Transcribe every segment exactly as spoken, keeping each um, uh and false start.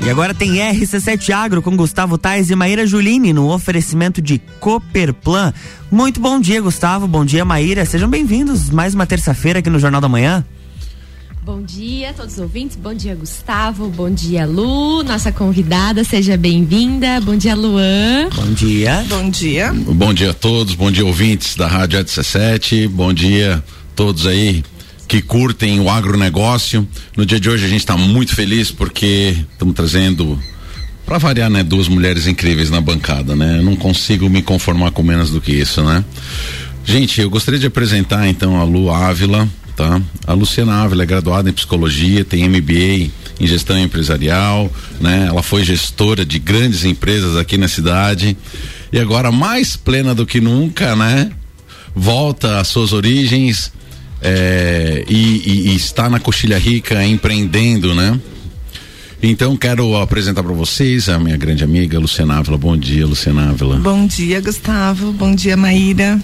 E agora tem R C sete Agro com Gustavo Tais e Maíra Julini no oferecimento de Cooperplan. Muito bom dia, Gustavo. Bom dia, Maíra. Sejam bem-vindos mais uma terça-feira aqui no Jornal da Manhã. Bom dia a todos os ouvintes, bom dia Gustavo, bom dia Lu, nossa convidada, seja bem-vinda, bom dia Luan. Bom dia. Bom dia. Bom dia a todos, bom dia ouvintes da Rádio R C sete, bom dia a todos aí que curtem o agronegócio. No dia de hoje a gente está muito feliz porque estamos trazendo, para variar, né, duas mulheres incríveis na bancada, né? Eu não consigo me conformar com menos do que isso, né? Gente, eu gostaria de apresentar então a Lu Ávila. Tá? A Luciana Ávila é graduada em psicologia, tem M B A em gestão empresarial, né? Ela foi gestora de grandes empresas aqui na cidade e agora, mais plena do que nunca, né? Volta às suas origens é, e, e, e está na Coxilha Rica empreendendo, né? Então quero apresentar para vocês a minha grande amiga Luciana Ávila. Bom dia, Luciana Ávila. Bom dia, Gustavo. Bom dia, Maíra.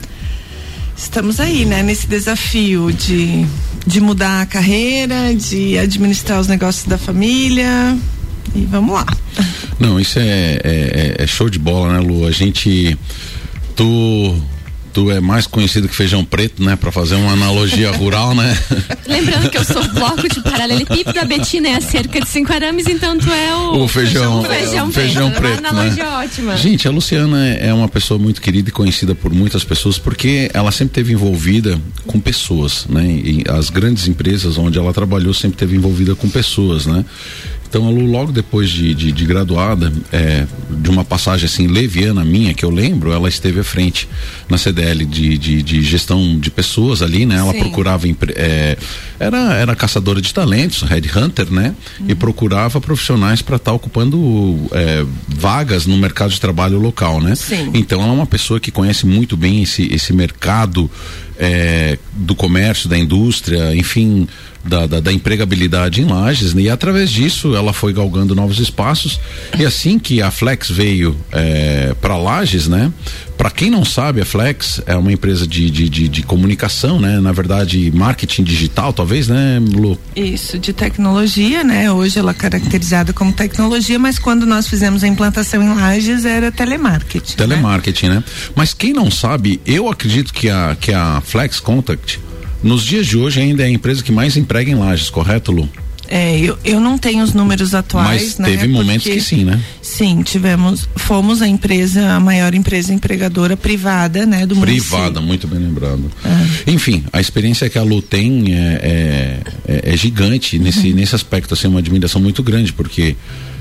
Estamos aí, né, nesse desafio de, de mudar a carreira, de administrar os negócios da família e vamos lá. Não, isso é, é, é show de bola, né, Lu? A gente, tu, tu é mais conhecido que feijão preto, né, pra fazer uma analogia rural, né? Lembrando que eu sou bloco de paralelepípedo, a Betina é a cerca de cinco arames, então tu é o, o feijão, feijão, feijão, feijão preto, preto, uma analogia né? ótima. Gente, a Luciana é uma pessoa muito querida e conhecida por muitas pessoas porque ela sempre esteve envolvida com pessoas, né? E as grandes empresas onde ela trabalhou sempre esteve envolvida com pessoas, né? Então a Lu, logo depois de, de, de graduada, é, de uma passagem assim leviana minha, que eu lembro, ela esteve à frente na C D L de, de, de gestão de pessoas ali, né? Ela Sim. procurava, é, era, era caçadora de talentos, headhunter, né? Uhum. E procurava profissionais para estar tá ocupando é, vagas no mercado de trabalho local, né? Sim. Então ela é uma pessoa que conhece muito bem esse, esse mercado é, do comércio, da indústria, enfim, Da, da, da empregabilidade em Lages, né? E através disso ela foi galgando novos espaços e assim que a Flex veio é, para Lages, né? Para quem não sabe, a Flex é uma empresa de, de, de, de comunicação, né? Na verdade, marketing digital, talvez, né, Lu? Isso, de tecnologia, né? Hoje ela é caracterizada como tecnologia, mas quando nós fizemos a implantação em Lages era telemarketing. Telemarketing, né? né? Mas quem não sabe, eu acredito que a, que a Flex Contact nos dias de hoje ainda é a empresa que mais emprega em Lages, correto, Lu? É, eu, eu não tenho os números atuais, mas teve né? momentos Porque, que sim, né? Sim, tivemos, fomos a empresa, a maior empresa empregadora privada, né, do município. Privada, muito bem lembrado. É. Enfim, a experiência que a Lu tem é, é, é gigante nesse, uhum. nesse aspecto, assim, uma admiração muito grande, porque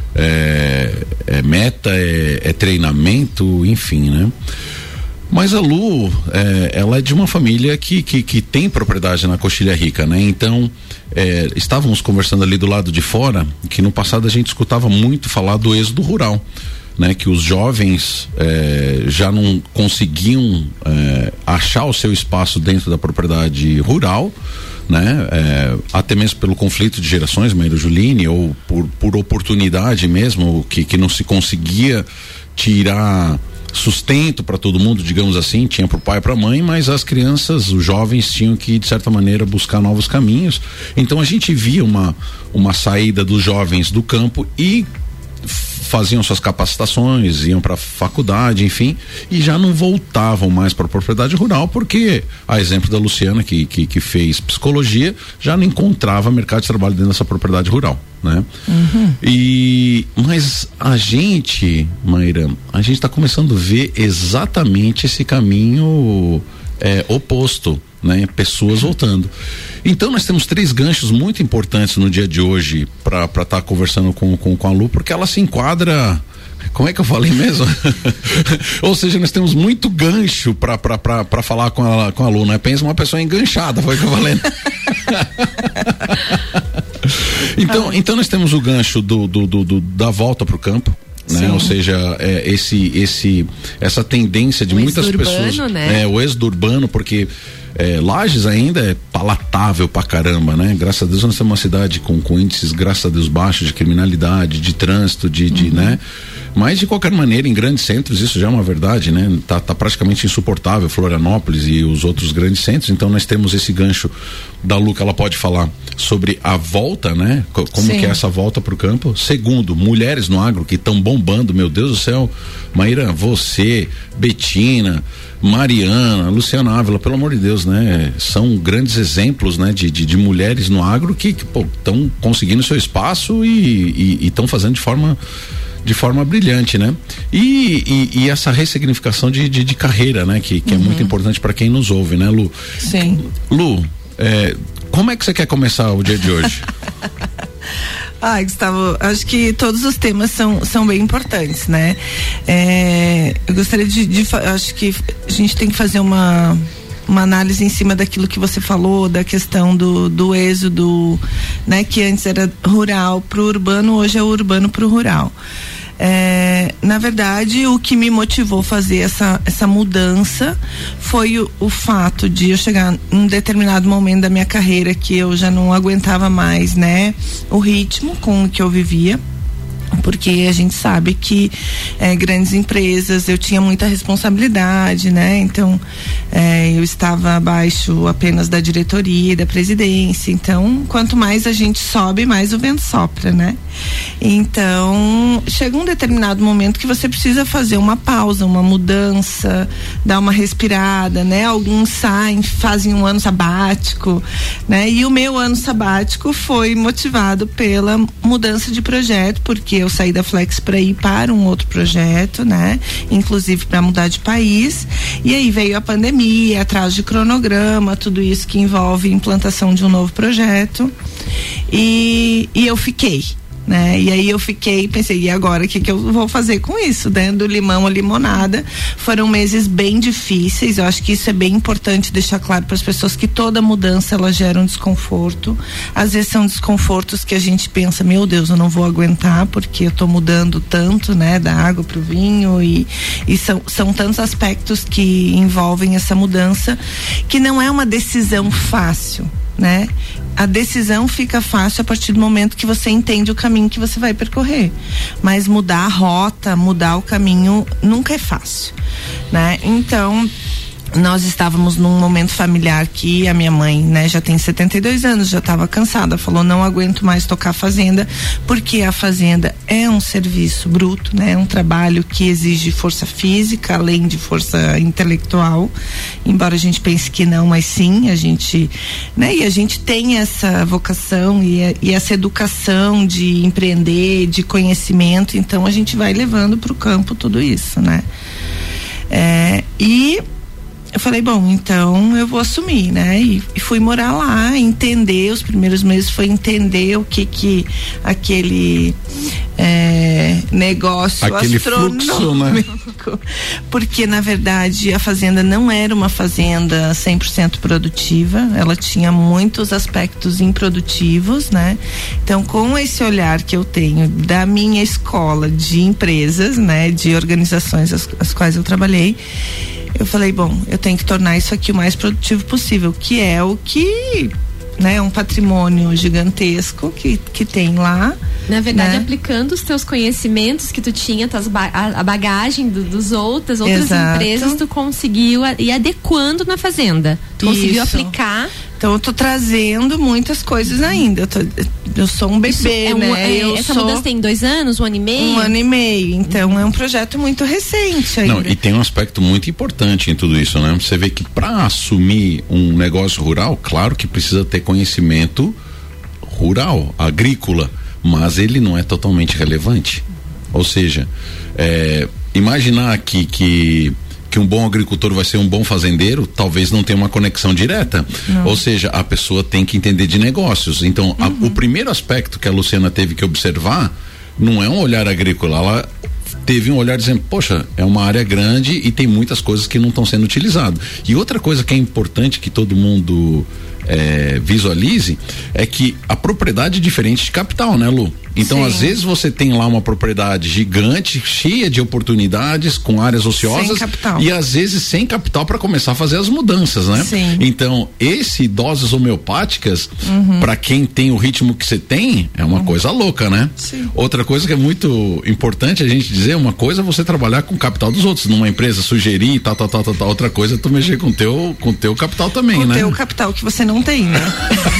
é, é meta, é, é treinamento, enfim, né? Mas a Lu, é, ela é de uma família que, que, que tem propriedade na Coxilha Rica, né? Então, é, estávamos conversando ali do lado de fora, que no passado a gente escutava muito falar do êxodo rural, né? Que os jovens é, já não conseguiam é, achar o seu espaço dentro da propriedade rural, né? É, até mesmo pelo conflito de gerações, Maíra Julini, ou por, por oportunidade mesmo, que, que não se conseguia tirar sustento para todo mundo, digamos assim, tinha para o pai e para a mãe, mas as crianças, os jovens tinham que, de certa maneira, buscar novos caminhos. Então a gente via uma, uma saída dos jovens do campo e faziam suas capacitações, iam para a faculdade, enfim, e já não voltavam mais para a propriedade rural, porque, a exemplo da Luciana, que, que, que fez psicologia, já não encontrava mercado de trabalho dentro dessa propriedade rural, né? Uhum. E, mas a gente, Maíra, a gente está começando a ver exatamente esse caminho é, oposto, né? Pessoas voltando. Então nós temos três ganchos muito importantes no dia de hoje para estar tá conversando com, com, com a Lu, porque ela se enquadra. Como é que eu falei mesmo? Ou seja, nós temos muito gancho para falar com a, com a Lu, né? Pensa uma pessoa enganchada, foi o que eu falei. então, então nós temos o gancho do, do, do, do da volta para o campo. Né? Ou seja, é, esse, esse, essa tendência de o muitas urbano, pessoas, né? É, o êxodo urbano, porque é, Lages ainda é palatável pra caramba, né? Graças a Deus nós temos uma cidade com, com índices, graças a Deus, baixos de criminalidade, de trânsito, de, de uhum. né? Mas, de qualquer maneira, em grandes centros, isso já é uma verdade, né? Tá, tá praticamente insuportável Florianópolis e os outros grandes centros. Então, nós temos esse gancho da Lu, que ela pode falar sobre a volta, né? Como Sim. que é essa volta pro campo. Segundo, mulheres no agro que estão bombando, meu Deus do céu. Maíra, você, Betina, Mariana, Luciana Ávila, pelo amor de Deus, né? São grandes exemplos, né? De, de, de mulheres no agro que estão conseguindo seu espaço e estão fazendo de forma de forma brilhante, né? E, e, e essa ressignificação de, de, de carreira, né? Que, que uhum. é muito importante para quem nos ouve, né, Lu? Sim. Lu, é, como é que você quer começar o dia de hoje? Ah, Gustavo, acho que todos os temas são, são bem importantes, né? É, eu gostaria de, de, acho que a gente tem que fazer uma uma análise em cima daquilo que você falou, da questão do, do êxodo, né? Que antes era rural pro urbano, hoje é urbano pro rural. É, na verdade, o que me motivou a fazer essa, essa mudança foi o, o fato de eu chegar em um determinado momento da minha carreira que eu já não aguentava mais, né, o ritmo com o que eu vivia. Porque a gente sabe que é, grandes empresas, eu tinha muita responsabilidade, né? Então, é, eu estava abaixo apenas da diretoria e da presidência. Então, quanto mais a gente sobe, mais o vento sopra, né? Então, chega um determinado momento que você precisa fazer uma pausa, uma mudança, dar uma respirada, né? Alguns saem, fazem um ano sabático, né? E o meu ano sabático foi motivado pela mudança de projeto, porque eu saí da Flex para ir para um outro projeto, né? Inclusive para mudar de país. E aí veio a pandemia, atraso de cronograma, tudo isso que envolve implantação de um novo projeto. E, e eu fiquei. Né? E aí eu fiquei, pensei, e agora o que, que eu vou fazer com isso, né? Do limão à limonada. Foram meses bem difíceis, eu acho que isso é bem importante deixar claro para as pessoas que toda mudança ela gera um desconforto. Às vezes são desconfortos que a gente pensa, meu Deus, eu não vou aguentar porque eu tô mudando tanto, né? Da água pro vinho e, e são, são tantos aspectos que envolvem essa mudança que não é uma decisão fácil, né? A decisão fica fácil a partir do momento que você entende o caminho que você vai percorrer, mas mudar a rota, mudar o caminho nunca é fácil, né? Então, nós estávamos num momento familiar que a minha mãe, né, já tem setenta e dois anos, já estava cansada, falou, não aguento mais tocar fazenda, porque a fazenda é um serviço bruto, né, é um trabalho que exige força física, além de força intelectual, embora a gente pense que não, mas sim, a gente, né, e a gente tem essa vocação e, e essa educação de empreender, de conhecimento, então a gente vai levando para o campo tudo isso, né, é, e eu falei, bom, então eu vou assumir, né? E, e fui morar lá, entender, os primeiros meses foi entender o que que aquele é, negócio aquele astronômico, fluxo, né? Porque na verdade a fazenda não era uma fazenda cem por cento produtiva, ela tinha muitos aspectos improdutivos, né? Então, com esse olhar que eu tenho da minha escola de empresas, né? De organizações as, as quais eu trabalhei, eu falei, bom, eu tenho que tornar isso aqui o mais produtivo possível, que é o que, né, um patrimônio gigantesco que, que tem lá. Na verdade, né? Aplicando os teus conhecimentos que tu tinha, tuas ba a, a bagagem do, dos outros, outras Exato. empresas, tu conseguiu a, ir adequando na fazenda. Tu Isso. conseguiu aplicar. Então eu tô trazendo muitas coisas ainda. Eu, tô, eu sou um bebê, é um, né? É, eu essa sou mudança tem dois anos, um ano e meio? Um ano e meio. Então uhum. é um projeto muito recente ainda. Não, e tem um aspecto muito importante em tudo isso, né? Você vê que para assumir um negócio rural, claro que precisa ter conhecimento rural, agrícola, mas ele não é totalmente relevante. Ou seja, é, imaginar aqui que que um bom agricultor vai ser um bom fazendeiro, talvez não tenha uma conexão direta. Não. Ou seja, a pessoa tem que entender de negócios. Então, uhum. a, o primeiro aspecto que a Luciana teve que observar não é um olhar agrícola, ela teve um olhar dizendo, poxa, é uma área grande e tem muitas coisas que não estão sendo utilizadas. E outra coisa que é importante que todo mundo é, visualize, é que a propriedade é diferente de capital, né, Lu? Então, Sim. às vezes você tem lá uma propriedade gigante, cheia de oportunidades, com áreas ociosas, sem capital. E às vezes sem capital para começar a fazer as mudanças, né? Sim. Então, esse doses homeopáticas, uhum. para quem tem o ritmo que você tem, é uma uhum. coisa louca, né? Sim. Outra coisa que é muito importante a gente dizer, uma coisa é você trabalhar com o capital dos outros, numa empresa, sugerir, tal, tal, tal, tal, tal. Outra coisa é tu mexer com teu, com teu capital também, com né? Com teu capital que você não tem, né?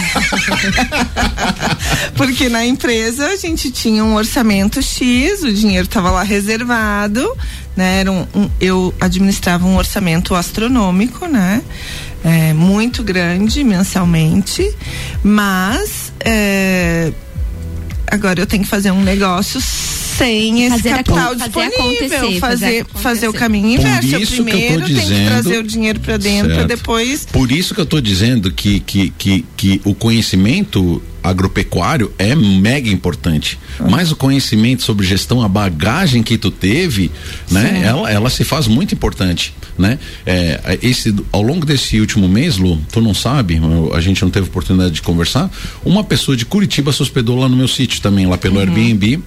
Porque na empresa a gente tinha um orçamento X, o dinheiro estava lá reservado, né? Era um, um, eu administrava um orçamento astronômico, né? É, muito grande mensalmente, mas é, agora eu tenho que fazer um negócio sem esse fazer capital a, disponível, fazer, fazer, fazer, fazer o acontecer. caminho inverso. Eu Isso primeiro que eu tô tenho dizendo, que trazer o dinheiro para dentro, para depois. Por isso que eu estou dizendo que, que, que, que o conhecimento agropecuário é mega importante, uhum. mas o conhecimento sobre gestão, a bagagem que tu teve, né, ela, ela se faz muito importante, né? É, esse, ao longo desse último mês, Lu, tu não sabe, a gente não teve oportunidade de conversar, uma pessoa de Curitiba se hospedou lá no meu sítio também, lá pelo uhum. Airbnb.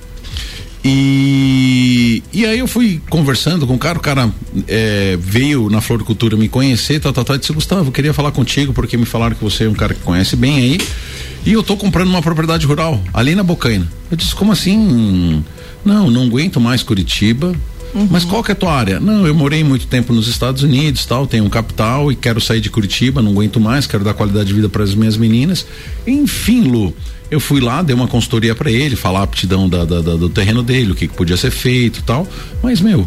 E, e aí eu fui conversando com o cara, o cara é, veio na Floricultura me conhecer, tal, tal, tal, e disse: Gustavo, eu queria falar contigo porque me falaram que você é um cara que conhece bem aí, e eu tô comprando uma propriedade rural ali na Bocaina. Eu disse: como assim? Não, não aguento mais Curitiba. Uhum. Mas qual que é a tua área? Não, eu morei muito tempo nos Estados Unidos, tal, tenho um capital e quero sair de Curitiba, não aguento mais, quero dar qualidade de vida para as minhas meninas. Enfim, Lu, eu fui lá, dei uma consultoria para ele, falar a aptidão da, da, da, do terreno dele, o que, que podia ser feito e tal, mas, meu,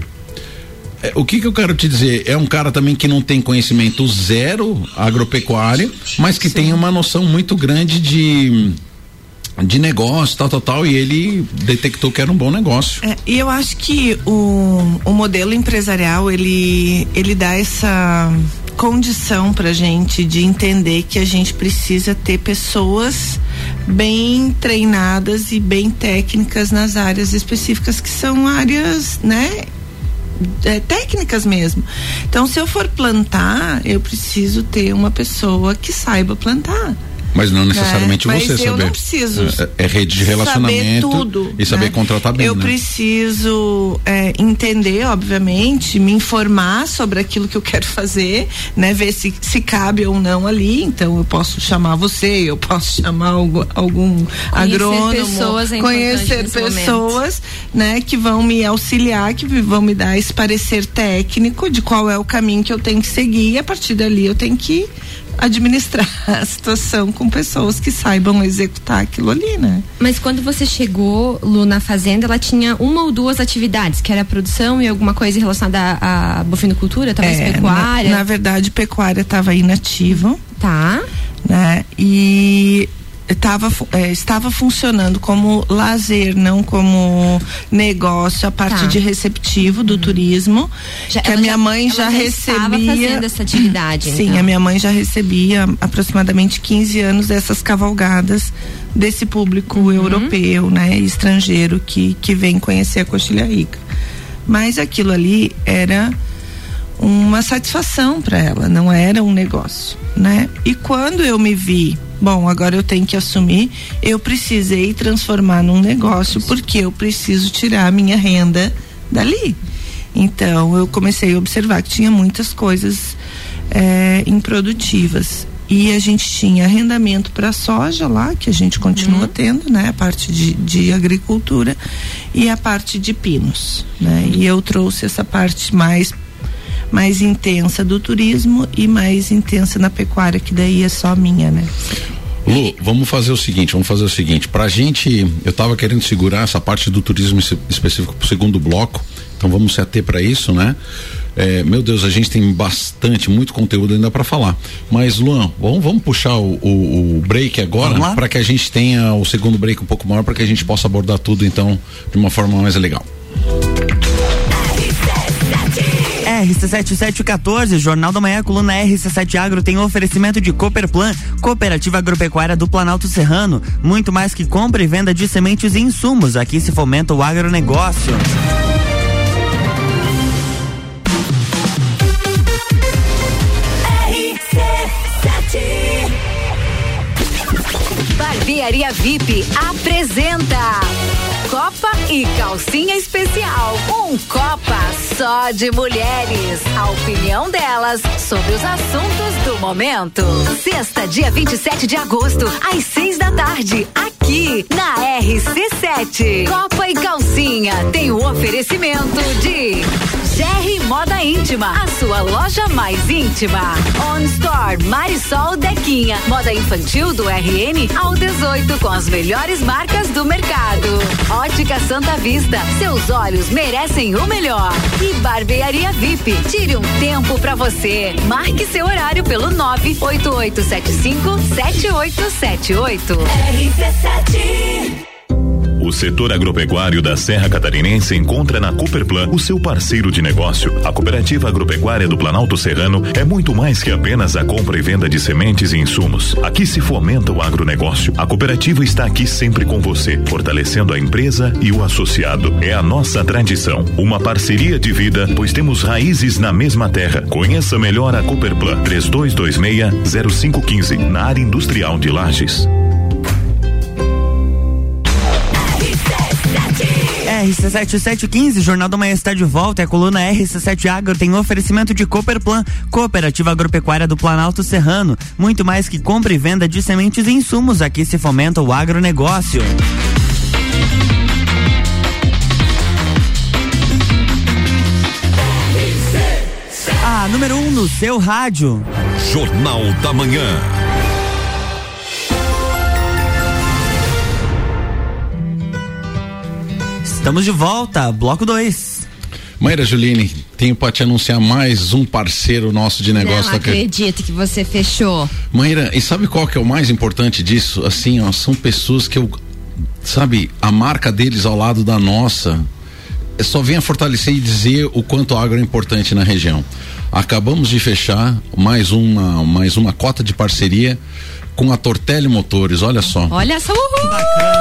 é, o que que eu quero te dizer, é um cara também que não tem conhecimento zero agropecuário, mas que Sim. tem uma noção muito grande de de negócio, tal, tal, tal, e ele detectou que era um bom negócio. É, e eu acho que o, o modelo empresarial, ele, ele dá essa condição pra gente de entender que a gente precisa ter pessoas bem treinadas e bem técnicas nas áreas específicas, que são áreas, né, é, técnicas mesmo. Então, se eu for plantar, eu preciso ter uma pessoa que saiba plantar. Mas não necessariamente é, você mas saber. Eu não preciso é, é rede de relacionamento saber tudo, e saber né? contratar bem. Eu né? preciso é, entender, obviamente, me informar sobre aquilo que eu quero fazer, né? Ver se, se cabe ou não ali. Então eu posso chamar você, eu posso chamar algum, algum agrônomo, pessoas é conhecer pessoas, né? Que vão me auxiliar, que vão me dar esse parecer técnico de qual é o caminho que eu tenho que seguir, e a partir dali eu tenho que administrar a situação com pessoas que saibam executar aquilo ali, né? Mas quando você chegou, Lu, na fazenda, ela tinha uma ou duas atividades, que era a produção e alguma coisa relacionada à, à bovinocultura, talvez é, pecuária? Na, na verdade, pecuária estava inativa. Tá. Né? E Tava, é, estava funcionando como lazer, não como negócio, a parte tá. de receptivo do uhum. turismo, já, que a minha já, mãe já, já recebia fazendo essa atividade. Sim, então. a minha mãe já recebia aproximadamente quinze anos dessas cavalgadas desse público uhum. europeu, né, estrangeiro que, que vem conhecer a Coxilha Rica. Mas aquilo ali era uma satisfação para ela, não era um negócio, né? E quando eu me vi, bom, agora eu tenho que assumir, eu precisei transformar num negócio, porque eu preciso tirar a minha renda dali. Então eu comecei a observar que tinha muitas coisas é, improdutivas. E a gente tinha arrendamento para soja lá, que a gente continua uhum. tendo, né? A parte de, de agricultura e a parte de pinos, né? E eu trouxe essa parte mais mais intensa do turismo e mais intensa na pecuária, que daí é só minha, né? Lu, vamos fazer o seguinte, vamos fazer o seguinte, pra gente, eu tava querendo segurar essa parte do turismo específico pro segundo bloco, então vamos se ater pra isso, né? É, meu Deus, a gente tem bastante, muito conteúdo ainda pra falar, mas Luan, vamos, vamos puxar o, o, o break agora, para que a gente tenha o segundo break um pouco maior, para que a gente possa abordar tudo, então, de uma forma mais legal. R C sete sete um quatro, Jornal da Manhã, coluna R C sete Agro tem um oferecimento de Cooperplan, Cooperativa Agropecuária do Planalto Serrano. Muito mais que compra e venda de sementes e insumos. Aqui se fomenta o agronegócio. Barbearia V I P apresenta Copa e Calcinha Especial. Um Copa só de mulheres. A opinião delas sobre os assuntos do momento. Sexta, dia vinte e sete de agosto, às seis da tarde, aqui na R C sete. Copa e Calcinha tem o oferecimento de G R Moda Íntima, a sua loja mais íntima. On Store Marisol Dequinha, moda infantil do R N ao dezoito com as melhores marcas do mercado. Ótica Santa Vista, seus olhos merecem o melhor. E Barbearia V I P, tire um tempo pra você. Marque seu horário pelo nove oito oito sete cinco sete oito sete oito. R C sete. O setor agropecuário da Serra Catarinense encontra na Cooperplan o seu parceiro de negócio. A Cooperativa Agropecuária do Planalto Serrano é muito mais que apenas a compra e venda de sementes e insumos. Aqui se fomenta o agronegócio. A cooperativa está aqui sempre com você, fortalecendo a empresa e o associado. É a nossa tradição, uma parceria de vida, pois temos raízes na mesma terra. Conheça melhor a Cooperplan, três dois dois seis zero cinco um cinco, na área industrial de Lages. R C sete sete quinze, Jornal da Manhã está de volta. E a coluna R C sete Agro tem oferecimento de Cooperplan, Cooperativa Agropecuária do Planalto Serrano. Muito mais que compra e venda de sementes e insumos, aqui se fomenta o agronegócio. A número um no seu rádio. Jornal da Manhã. Estamos de volta, bloco dois. Maíra Juline, tenho para te anunciar mais um parceiro nosso de negócio. Não acredito que você fechou. Maíra, e sabe qual que é o mais importante disso? Assim, ó, são pessoas que eu, sabe, a marca deles ao lado da nossa, só vem a fortalecer e dizer o quanto o agro é importante na região. Acabamos de fechar mais uma, mais uma cota de parceria com a Tortelli Motores, olha só. Olha só, uhul! Que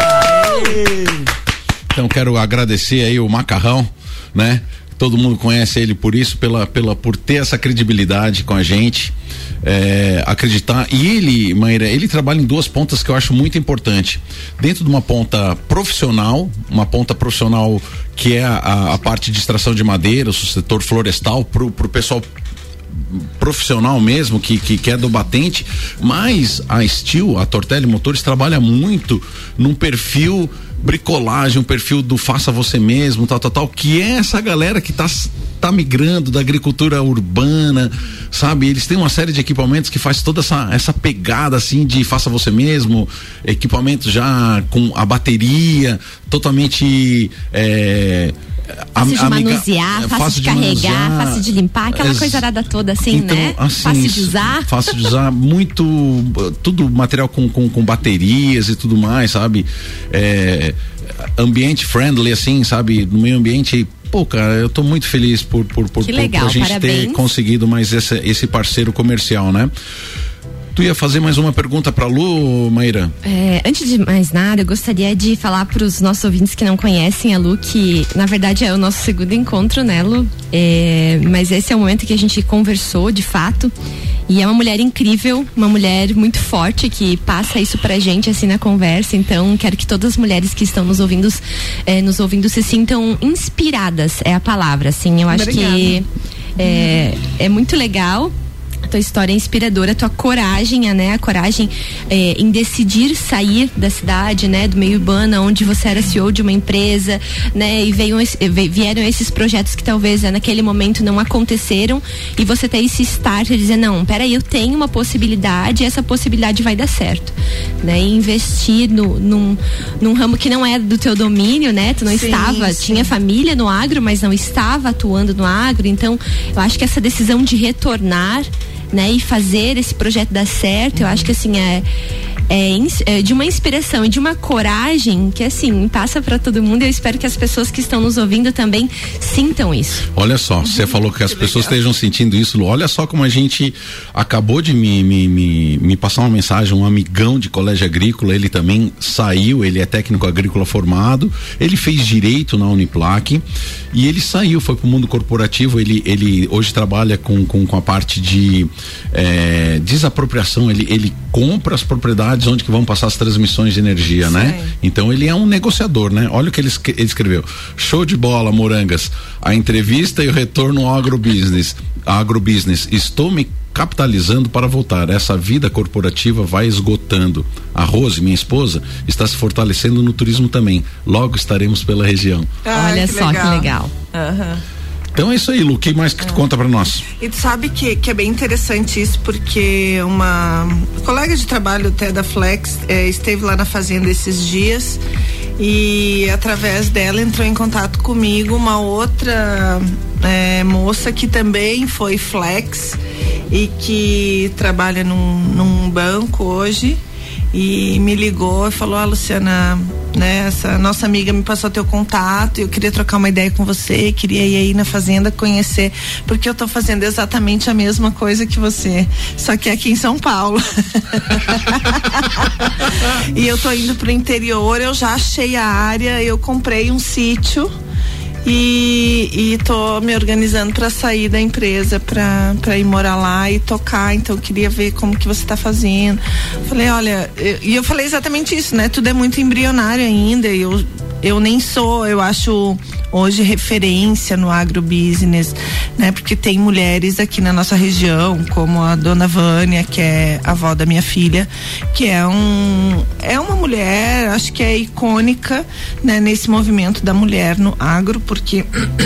bacana! Então quero agradecer aí o Macarrão, né? Todo mundo conhece ele por isso, pela, pela, por ter essa credibilidade com a gente, é, acreditar. E ele, Maíra, ele trabalha em duas pontas que eu acho muito importante. Dentro de uma ponta profissional, uma ponta profissional que é a, a parte de extração de madeira, o setor florestal, pro, pro pessoal profissional mesmo, que, que, que é do batente, mas a Steel, a Tortelli Motores, trabalha muito num perfil bricolagem, um perfil do faça você mesmo, tal, tal, tal, que é essa galera que tá, tá migrando da agricultura urbana, sabe? Eles têm uma série de equipamentos que faz toda essa, essa pegada assim de faça você mesmo, equipamentos já com a bateria totalmente é, fácil de manusear, fácil, fácil de carregar, manusear, fácil de limpar, aquela ex- coisa arada toda assim, então, né? Assim, fácil de usar. Fácil de usar, muito, tudo material com, com, com baterias e tudo mais, sabe? É, ambiente friendly, assim, sabe? No meio ambiente. Pô, cara, eu tô muito feliz por, por, por, que por, legal, por a gente parabéns. ter conseguido mais esse, esse parceiro comercial, né? Tu ia fazer mais uma pergunta pra Lu, Maíra? É, antes de mais nada, eu gostaria de falar para os nossos ouvintes que não conhecem a Lu, que na verdade é o nosso segundo encontro, né, Lu? É, mas esse é o momento que a gente conversou, de fato. E é uma mulher incrível, uma mulher muito forte que passa isso pra gente assim na conversa. Então, quero que todas as mulheres que estão nos ouvindo, é, nos ouvindo se sintam inspiradas, é a palavra, assim. Eu acho Obrigada. que é, é muito legal. A tua história é inspiradora, a tua coragem, né? A coragem é, em decidir sair da cidade, né? Do meio urbano, onde você era C E O de uma empresa, né? E veio, vieram esses projetos que talvez né, naquele momento não aconteceram e você ter esse start e dizer, não, peraí, eu tenho uma possibilidade e essa possibilidade vai dar certo, né? E investir no, num, num ramo que não é do teu domínio, né? Tu não sim, estava, sim. Tinha família no agro, mas não estava atuando no agro, então eu acho que essa decisão de retornar, né, e fazer esse projeto dar certo, eu acho que assim é, é, é de uma inspiração e de uma coragem que assim passa para todo mundo. Eu espero que as pessoas que estão nos ouvindo também sintam isso. Olha só, você uhum, falou que as que pessoas legal. Estejam sentindo isso, Lu. Olha só como a gente acabou de me, me, me, me passar uma mensagem, um amigão de colégio agrícola, ele também saiu, ele é técnico agrícola formado, ele fez direito na Uniplac e ele saiu, foi pro mundo corporativo. Ele, ele hoje trabalha com, com, com a parte de É, desapropriação, ele, ele compra as propriedades cidades onde que vão passar as transmissões de energia, Sim. né? Então ele é um negociador, né? Olha o que ele, ele escreveu. Show de bola, Morangas. A entrevista e o retorno ao agrobusiness. Agrobusiness. Estou me capitalizando para voltar. Essa vida corporativa vai esgotando. A Rose, minha esposa, está se fortalecendo no turismo também. Logo estaremos pela região. Ah, Olha que só legal. que legal. Uhum. Então é isso aí, Lu. O que mais que tu é. conta pra nós? E tu sabe que, que é bem interessante isso, porque uma colega de trabalho até da Flex eh, esteve lá na fazenda esses dias e através dela entrou em contato comigo uma outra eh, moça que também foi Flex e que trabalha num, num banco hoje. E me ligou e falou: ah, Luciana, né, essa nossa amiga me passou teu contato, eu queria trocar uma ideia com você, queria ir aí na fazenda conhecer, porque eu tô fazendo exatamente a mesma coisa que você, só que aqui em São Paulo. E eu tô indo pro interior, eu já achei a área, eu comprei um sítio e, e tô me organizando para sair da empresa para para ir morar lá e tocar. Então eu queria ver como que você tá fazendo. Falei, olha, e eu, eu falei exatamente isso, né? Tudo é muito embrionário ainda. E eu eu nem sou, eu acho hoje referência no agrobusiness, né? Porque tem mulheres aqui na nossa região, como a dona Vânia, que é a avó da minha filha, que é um é uma mulher, acho que é icônica, né, nesse movimento da mulher no agro, porque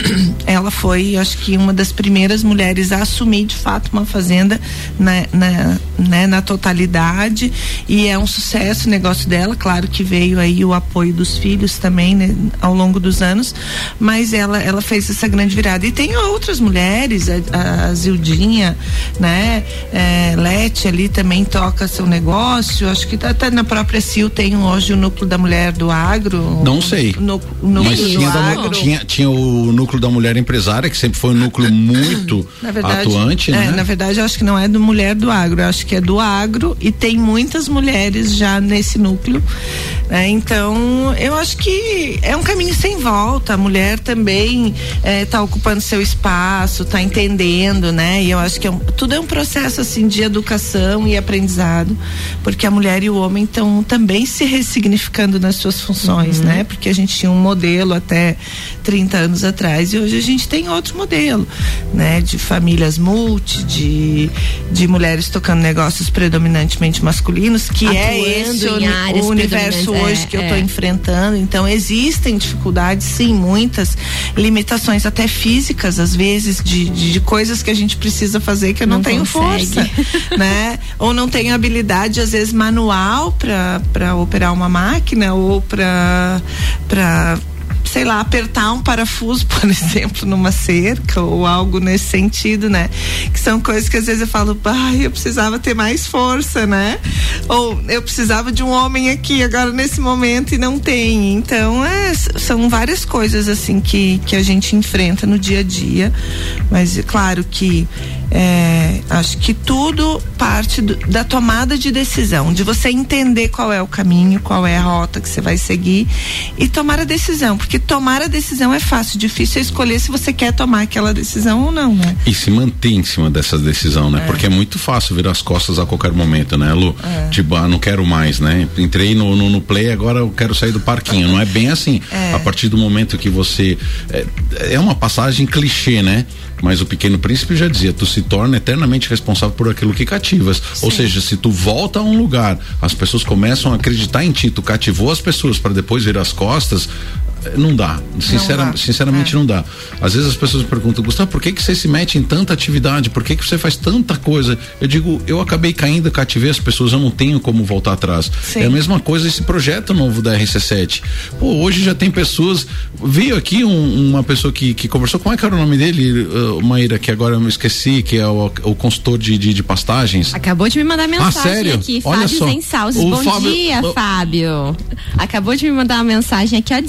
ela foi, acho que uma das primeiras mulheres a assumir de fato uma fazenda na, na, né, na totalidade, e é um sucesso o negócio dela. Claro que veio aí o apoio dos filhos também, né, ao longo dos anos, mas ela ela fez essa grande virada. E tem outras mulheres, a, a Zildinha, né, é, Lete ali também toca seu negócio, acho que até na própria Sil tem hoje o núcleo da mulher do agro. Não sei. No, no mas tinha, da, tinha, tinha o núcleo da mulher empresária, que sempre foi um núcleo muito na verdade, atuante, é, né? Na verdade, eu acho que não é do mulher do agro, eu acho que é do agro, e tem muitas mulheres já nesse núcleo, né? Então, eu acho que é um caminho sem volta. A mulher também está é, ocupando seu espaço, está entendendo, né? E eu acho que é um, tudo é um processo assim de educação e aprendizado, porque a mulher e o homem estão também se ressignificando nas suas funções, uhum. né? Porque a gente tinha um modelo até trinta anos atrás e hoje a gente tem outro modelo, né? De famílias multi, de, de mulheres tocando negócios predominantemente masculinos, que Atuando é esse o, o universo hoje é, que é. eu estou enfrentando. Então existem dificuldades, sim, muitas limitações até físicas, às vezes, de, de, de coisas que a gente precisa fazer que eu não, não tenho consegue. força, né? Ou não tenho habilidade, às vezes, manual para para operar uma máquina ou para para sei lá, apertar um parafuso, por exemplo, numa cerca ou algo nesse sentido, né? Que são coisas que às vezes eu falo, ai, eu precisava ter mais força, né? Ou eu precisava de um homem aqui agora nesse momento e não tem. Então, é, são várias coisas assim que, que a gente enfrenta no dia a dia, mas é claro que é, acho que tudo parte do, da tomada de decisão, de você entender qual é o caminho, qual é a rota que você vai seguir e tomar a decisão, porque tomar a decisão é fácil, difícil é escolher se você quer tomar aquela decisão ou não, né? E se manter em cima dessa decisão, né? É. Porque é muito fácil virar as costas a qualquer momento, né, Lu? É. Tipo, ah, não quero mais, né? Entrei no, no, no play, agora eu quero sair do parquinho. Não é bem assim. É. A partir do momento que você... É, é uma passagem clichê, né? Mas o Pequeno Príncipe já dizia, tu se torna eternamente responsável por aquilo que cativas. Sim. Ou seja, se tu volta a um lugar, as pessoas começam a acreditar em ti, tu cativou as pessoas para depois virar as costas, não dá, Sincera, não dá. sinceramente é. não dá. Às vezes as pessoas me perguntam, Gustavo, por que que você se mete em tanta atividade, por que que você faz tanta coisa? Eu digo, eu acabei caindo, cativei as pessoas, eu não tenho como voltar atrás. Sim. É a mesma coisa esse projeto novo da R C sete. Pô, hoje já tem pessoas, veio aqui um, uma pessoa que, que conversou, como é que era o nome dele, uh, Maíra, que agora eu me esqueci, que é o, o consultor de, de, de pastagens. Acabou de me mandar mensagem ah, sério? aqui, Olha Fábio só. Zensalzes, bom Fábio, dia, o... Fábio. Acabou de me mandar uma mensagem aqui, ó, dizendo sim,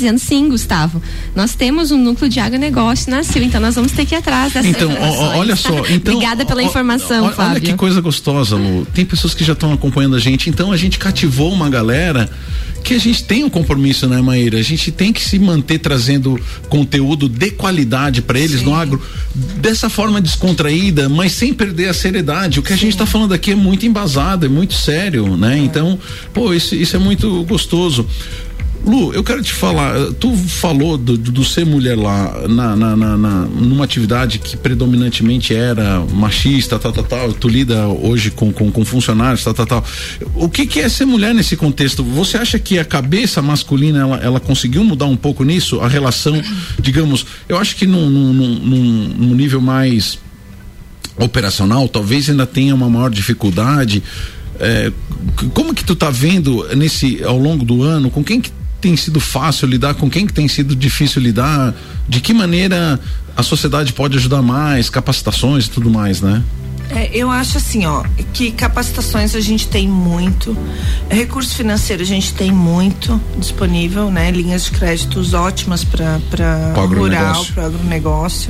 sim, Gustavo. Nós temos um núcleo de agronegócio na Sil, então nós vamos ter que ir atrás dessas Então, ó, olha só. Então, obrigada pela ó, informação, ó, Fábio. Olha que coisa gostosa, Lu. Tem pessoas que já estão acompanhando a gente, então a gente cativou uma galera que a gente tem um compromisso, né, Maíra? A gente tem que se manter trazendo conteúdo de qualidade para eles. Sim. No agro, dessa forma descontraída, mas sem perder a seriedade. O que Sim. a gente está falando aqui é muito embasado, é muito sério, né? É. Então, pô, isso, isso é muito gostoso. Lu, eu quero te falar, tu falou do, do, do ser mulher lá na, na, na, na, numa atividade que predominantemente era machista, tal, tal, tal, tu lida hoje com, com, com funcionários, tal, tal, tal. O que que é ser mulher nesse contexto? Você acha que a cabeça masculina, ela, ela conseguiu mudar um pouco nisso? A relação, digamos, eu acho que num, num, num, num nível mais operacional, talvez ainda tenha uma maior dificuldade. É, como que tu tá vendo nesse, ao longo do ano, com quem que tem sido fácil lidar, com quem que tem sido difícil lidar, de que maneira a sociedade pode ajudar mais, capacitações e tudo mais, né? É, eu acho assim, ó, que capacitações a gente tem muito, recurso financeiro a gente tem muito disponível, né? Linhas de créditos ótimas para para rural, para agronegócio.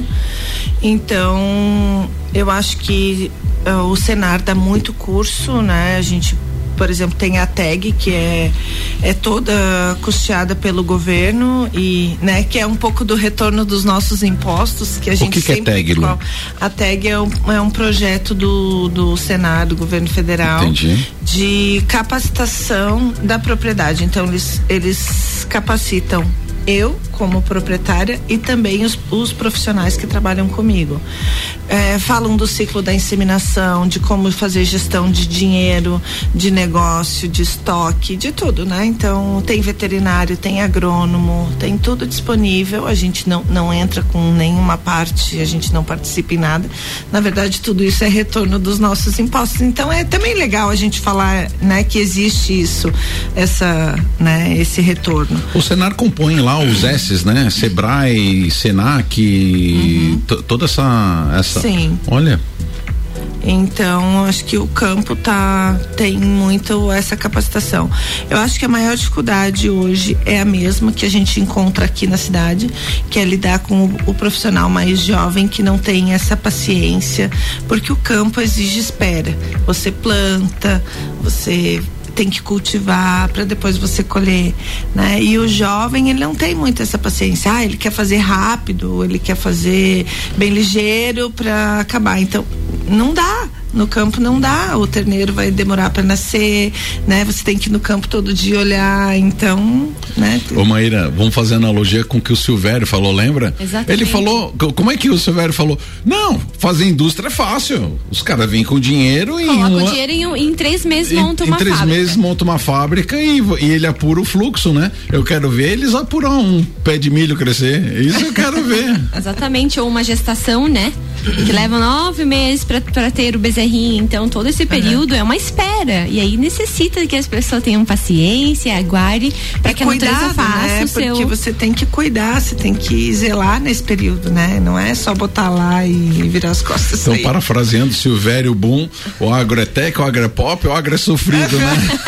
Então, eu acho que uh, o Senar dá muito curso, né? A gente, por exemplo, tem a tag, que é, é toda custeada pelo governo e, né, que é um pouco do retorno dos nossos impostos, que a gente o que sempre... que é tag, Lu? A tag é um, é um projeto do, do Senar, do governo federal. Entendi. De capacitação da propriedade. Então, eles, eles capacitam eu como proprietária e também os, os profissionais que trabalham comigo. É, falam do ciclo da inseminação, de como fazer gestão de dinheiro, de negócio, de estoque, de tudo, né? Então, tem veterinário, tem agrônomo, tem tudo disponível. A gente não, não entra com nenhuma parte, a gente não participa em nada. Na verdade, tudo isso é retorno dos nossos impostos. Então, é também legal a gente falar, né, que existe isso, essa, né, esse retorno. O Senar compõe lá os S's, né? Sebrae, Senac, uhum. t- toda essa, essa. Sim. Olha. Então, acho que o campo tá, tem muito essa capacitação. Eu acho que a maior dificuldade hoje é a mesma que a gente encontra aqui na cidade, que é lidar com o, o profissional mais jovem que não tem essa paciência, porque o campo exige espera. Você planta, você tem que cultivar para depois você colher, né? E o jovem, ele não tem muito essa paciência. Ah, ele quer fazer rápido, ele quer fazer bem ligeiro para acabar. Então, não dá. No campo não dá, o terneiro vai demorar para nascer, né? Você tem que ir no campo todo dia olhar, então, né? Ô Maíra, vamos fazer analogia com o que o Silvério falou, lembra? Exatamente. Ele falou, como é que o Silvério falou? Não, fazer indústria é fácil, os caras vêm com dinheiro e coloca uma, o dinheiro em, em três meses em, monta em uma três fábrica. meses monta uma fábrica e, e ele apura o fluxo, né? Eu quero ver eles apurar um pé de milho crescer, isso eu quero ver. Exatamente, ou uma gestação, né? Que leva nove meses para ter o bezerrinho, então todo esse período uhum. é uma espera, e aí necessita que as pessoas tenham paciência, aguardem para é que a natureza faça, né? o seu... Porque você tem que cuidar, você tem que zelar nesse período, né? Não é só botar lá e virar as costas. Então, aí. Parafraseando Silvério Boom, o agro é tech, o agro é pop, o agro é sofrido, né?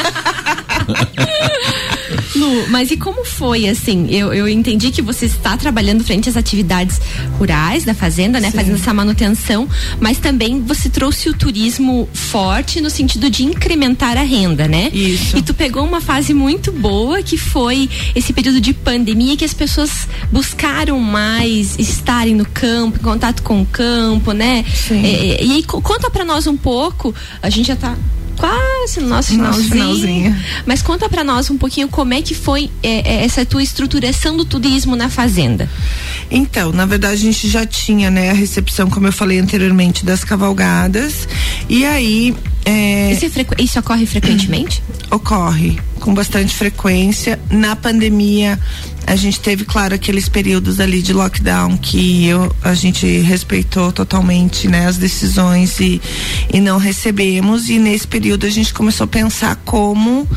Lu, mas e como foi, assim, eu, eu entendi que você está trabalhando frente às atividades rurais da fazenda, né? Sim. Fazendo essa manutenção, mas também você trouxe o turismo forte no sentido de incrementar a renda, né? Isso. E tu pegou uma fase muito boa, que foi esse período de pandemia, que as pessoas buscaram mais estarem no campo, em contato com o campo, né? Sim. E, e aí, conta pra nós um pouco, a gente já tá quase no nosso finalzinho, nosso finalzinho. Mas conta pra nós um pouquinho como é que foi é, é, essa tua estruturação do turismo na fazenda. Então, na verdade a gente já tinha, né, a recepção, como eu falei anteriormente, das cavalgadas, e aí é, isso, é frequ... isso ocorre frequentemente? Ocorre com bastante frequência. Na pandemia a gente teve, claro, aqueles períodos ali de lockdown que eu, a gente respeitou totalmente, né, as decisões e, e não recebemos, e nesse período a gente começou a pensar como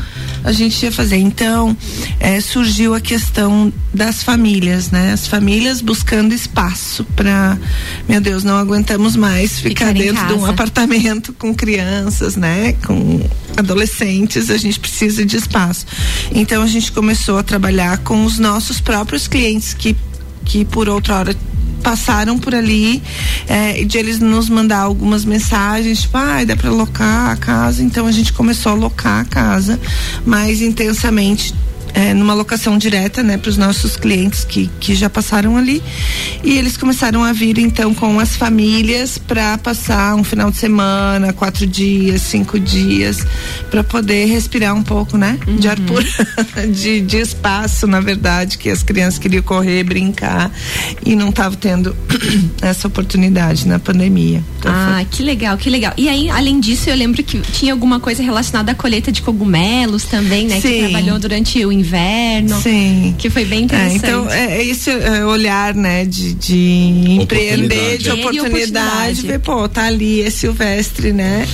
a gente ia fazer. Então, é, surgiu a questão das famílias, né? As famílias buscando espaço para, meu Deus, não aguentamos mais ficar, ficar dentro de um apartamento com crianças, né? Com adolescentes, a gente precisa de espaço. Então, a gente começou a trabalhar com os nossos próprios clientes que, que por outra hora passaram por ali, é, de eles nos mandar algumas mensagens, tipo, ah, dá para alocar a casa. Então a gente começou a alocar a casa mais intensamente, é, numa locação direta, né, para os nossos clientes que, que já passaram ali, e eles começaram a vir então com as famílias para passar um final de semana, quatro dias, cinco dias, para poder respirar um pouco, né, uhum. de ar puro, de, de espaço, na verdade, que as crianças queriam correr, brincar e não estavam tendo essa oportunidade na pandemia. Então, ah, foi... que legal, que legal. E aí, além disso, eu lembro que tinha alguma coisa relacionada à colheita de cogumelos também, né, Sim. que trabalhou durante o inverno. Sim. Que foi bem interessante. É, então, é, é esse é, olhar, né, de, de empreender, de oportunidade, oportunidade, ver, pô, tá ali, é silvestre, né?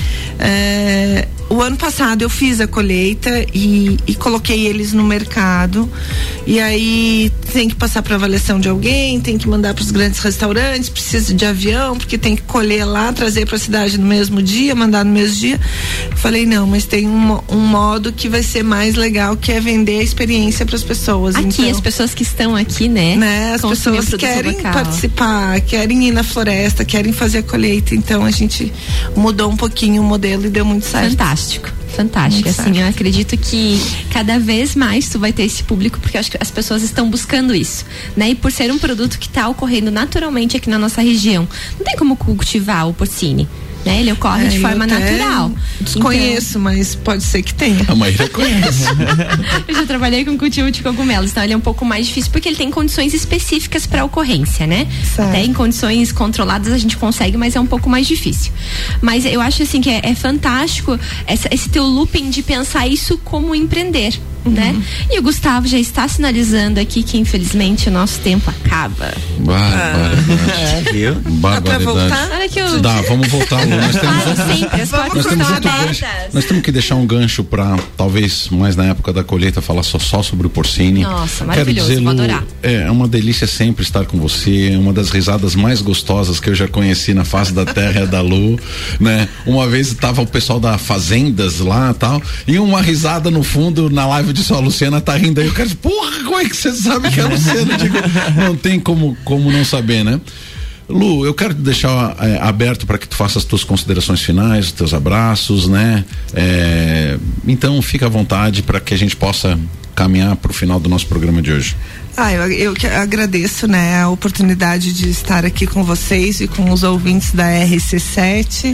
É, o ano passado eu fiz a colheita e, e coloquei eles no mercado, e aí tem que passar para avaliação de alguém, tem que mandar para os grandes restaurantes, precisa de avião, porque tem que colher lá, trazer para a cidade no mesmo dia, mandar no mesmo dia. Falei, não, mas tem um, um modo que vai ser mais legal, que é vender a experiência para as pessoas. Aqui, então, as pessoas que estão aqui, né? né as pessoas querem local. participar, querem ir na floresta, querem fazer a colheita, então a gente mudou um pouquinho o modelo e deu muito certo. Fantástico. Fantástico, muito assim, certo. Eu acredito que cada vez mais tu vai ter esse público, porque eu acho que as pessoas estão buscando isso, né? E por ser um produto que está ocorrendo naturalmente aqui na nossa região, não tem como cultivar o porcine, né? Ele ocorre é, de forma natural. Desconheço, então, mas pode ser que tenha. A Maíra conhece. Eu já trabalhei com cultivo de cogumelos, então ele é um pouco mais difícil porque ele tem condições específicas para ocorrência, né? Certo. Até em condições controladas a gente consegue, mas é um pouco mais difícil. Mas eu acho assim que é, é fantástico essa, esse teu looping de pensar isso como empreender. Uhum. Né? E o Gustavo já está sinalizando aqui que infelizmente o nosso tempo acaba. Barbaridade. É, viu? Barbaridade. Olha que eu... Dá, vamos voltar. Nós temos, claro, sempre, as nós, temos outro gancho, nós temos que deixar um gancho para talvez mais na época da colheita falar só, só sobre o porcine. Nossa, maravilhoso, dizer, vou adorar. Lu, é uma delícia sempre estar com você, é uma das risadas mais gostosas que eu já conheci na face da terra é da Lu, né? Uma vez estava o pessoal da Fazendas lá e tal, e uma risada no fundo na live de só a Luciana tá rindo aí, eu quero, porra, como é que você sabe que é a Luciana? Digo, não tem como, como não saber, né? Lu, eu quero te deixar é, aberto para que tu faça as tuas considerações finais, os teus abraços, né? É, então fica à vontade para que a gente possa caminhar para o final do nosso programa de hoje. Ah, eu, eu que agradeço, né, a oportunidade de estar aqui com vocês e com os ouvintes da R C sete.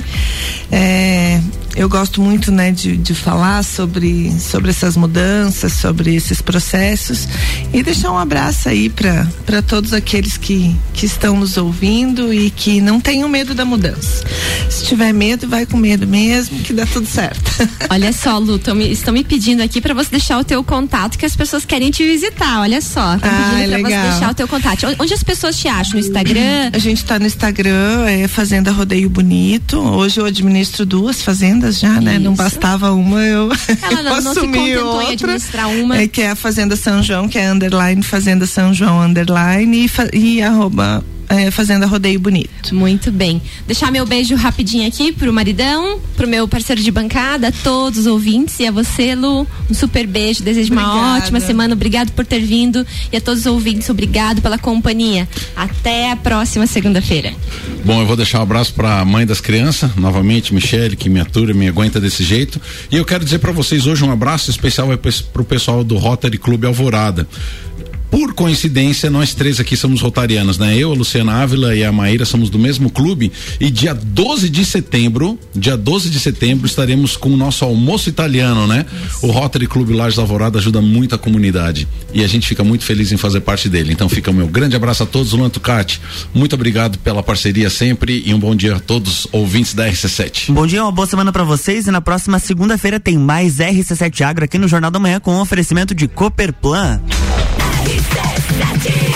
É, eu gosto muito, né, de, de falar sobre, sobre essas mudanças, sobre esses processos, e deixar um abraço aí para para todos aqueles que, que estão nos ouvindo e que não tenham medo da mudança. Se tiver medo, vai com medo mesmo, que dá tudo certo. Olha só, Lu, me, estão me pedindo aqui para você deixar o teu contato, que as pessoas querem te visitar. Olha só, estão ah, pedindo para você deixar o teu contato. Onde as pessoas te acham? No Instagram? A gente está no Instagram, é Fazenda Rodeio Bonito. Hoje eu administro duas fazendas já, né? Isso. Não bastava uma, eu, Ela não, eu não se contentou em administrar uma. É, que é a Fazenda São João, que é underline Fazenda São João underline e, e arroba É, Fazenda Rodeio Bonito. Muito bem. Deixar meu beijo rapidinho aqui pro maridão, pro meu parceiro de bancada, a todos os ouvintes e a você, Lu, um super beijo, desejo Obrigada. Uma ótima semana, obrigado por ter vindo, e a todos os ouvintes, obrigado pela companhia. Até a próxima segunda-feira. Bom, eu vou deixar um abraço pra mãe das crianças, novamente, Michele, que me atura, me aguenta desse jeito, e eu quero dizer pra vocês hoje um abraço especial é pro pessoal do Rotary Clube Alvorada. Por coincidência, nós três aqui somos rotarianos, né? Eu, a Luciana Ávila e a Maíra somos do mesmo clube, e dia doze de setembro, dia doze de setembro, estaremos com o nosso almoço italiano, né? Isso. O Rotary Clube Lages da Alvorada ajuda muito a comunidade e a gente fica muito feliz em fazer parte dele. Então fica o meu grande abraço a todos. Luan Tucati, muito obrigado pela parceria sempre e um bom dia a todos ouvintes da R C sete. Um bom dia, uma boa semana pra vocês, e na próxima segunda-feira tem mais R C sete Agro aqui no Jornal da Manhã com um oferecimento de Cooperplan.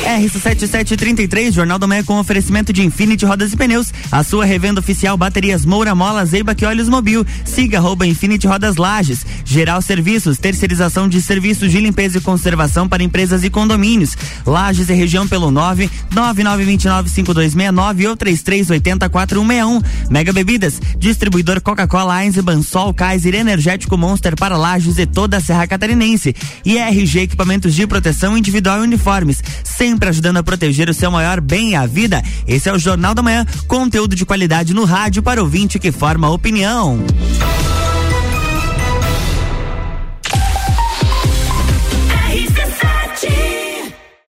R C sete sete três três, Jornal da Manhã com oferecimento de Infinity Rodas e Pneus, a sua revenda oficial Baterias Moura Mola, Zeiba que Olhos Mobil, siga arroba Infinity Rodas Lages, Geral Serviços, terceirização de serviços de limpeza e conservação para empresas e condomínios, Lages e região pelo nove nove nove dois nove cinco dois seis nove ou três três oito zero quatro um seis um. Mega Bebidas, distribuidor Coca-Cola, Eisenbahn, Sol, Kaiser, Energético Monster para Lages e toda a Serra Catarinense. E R G Equipamentos de Proteção Individual e Uniformes, sempre ajudando a proteger o seu maior bem, a vida. Esse é o Jornal da Manhã, conteúdo de qualidade no rádio para ouvinte que forma opinião.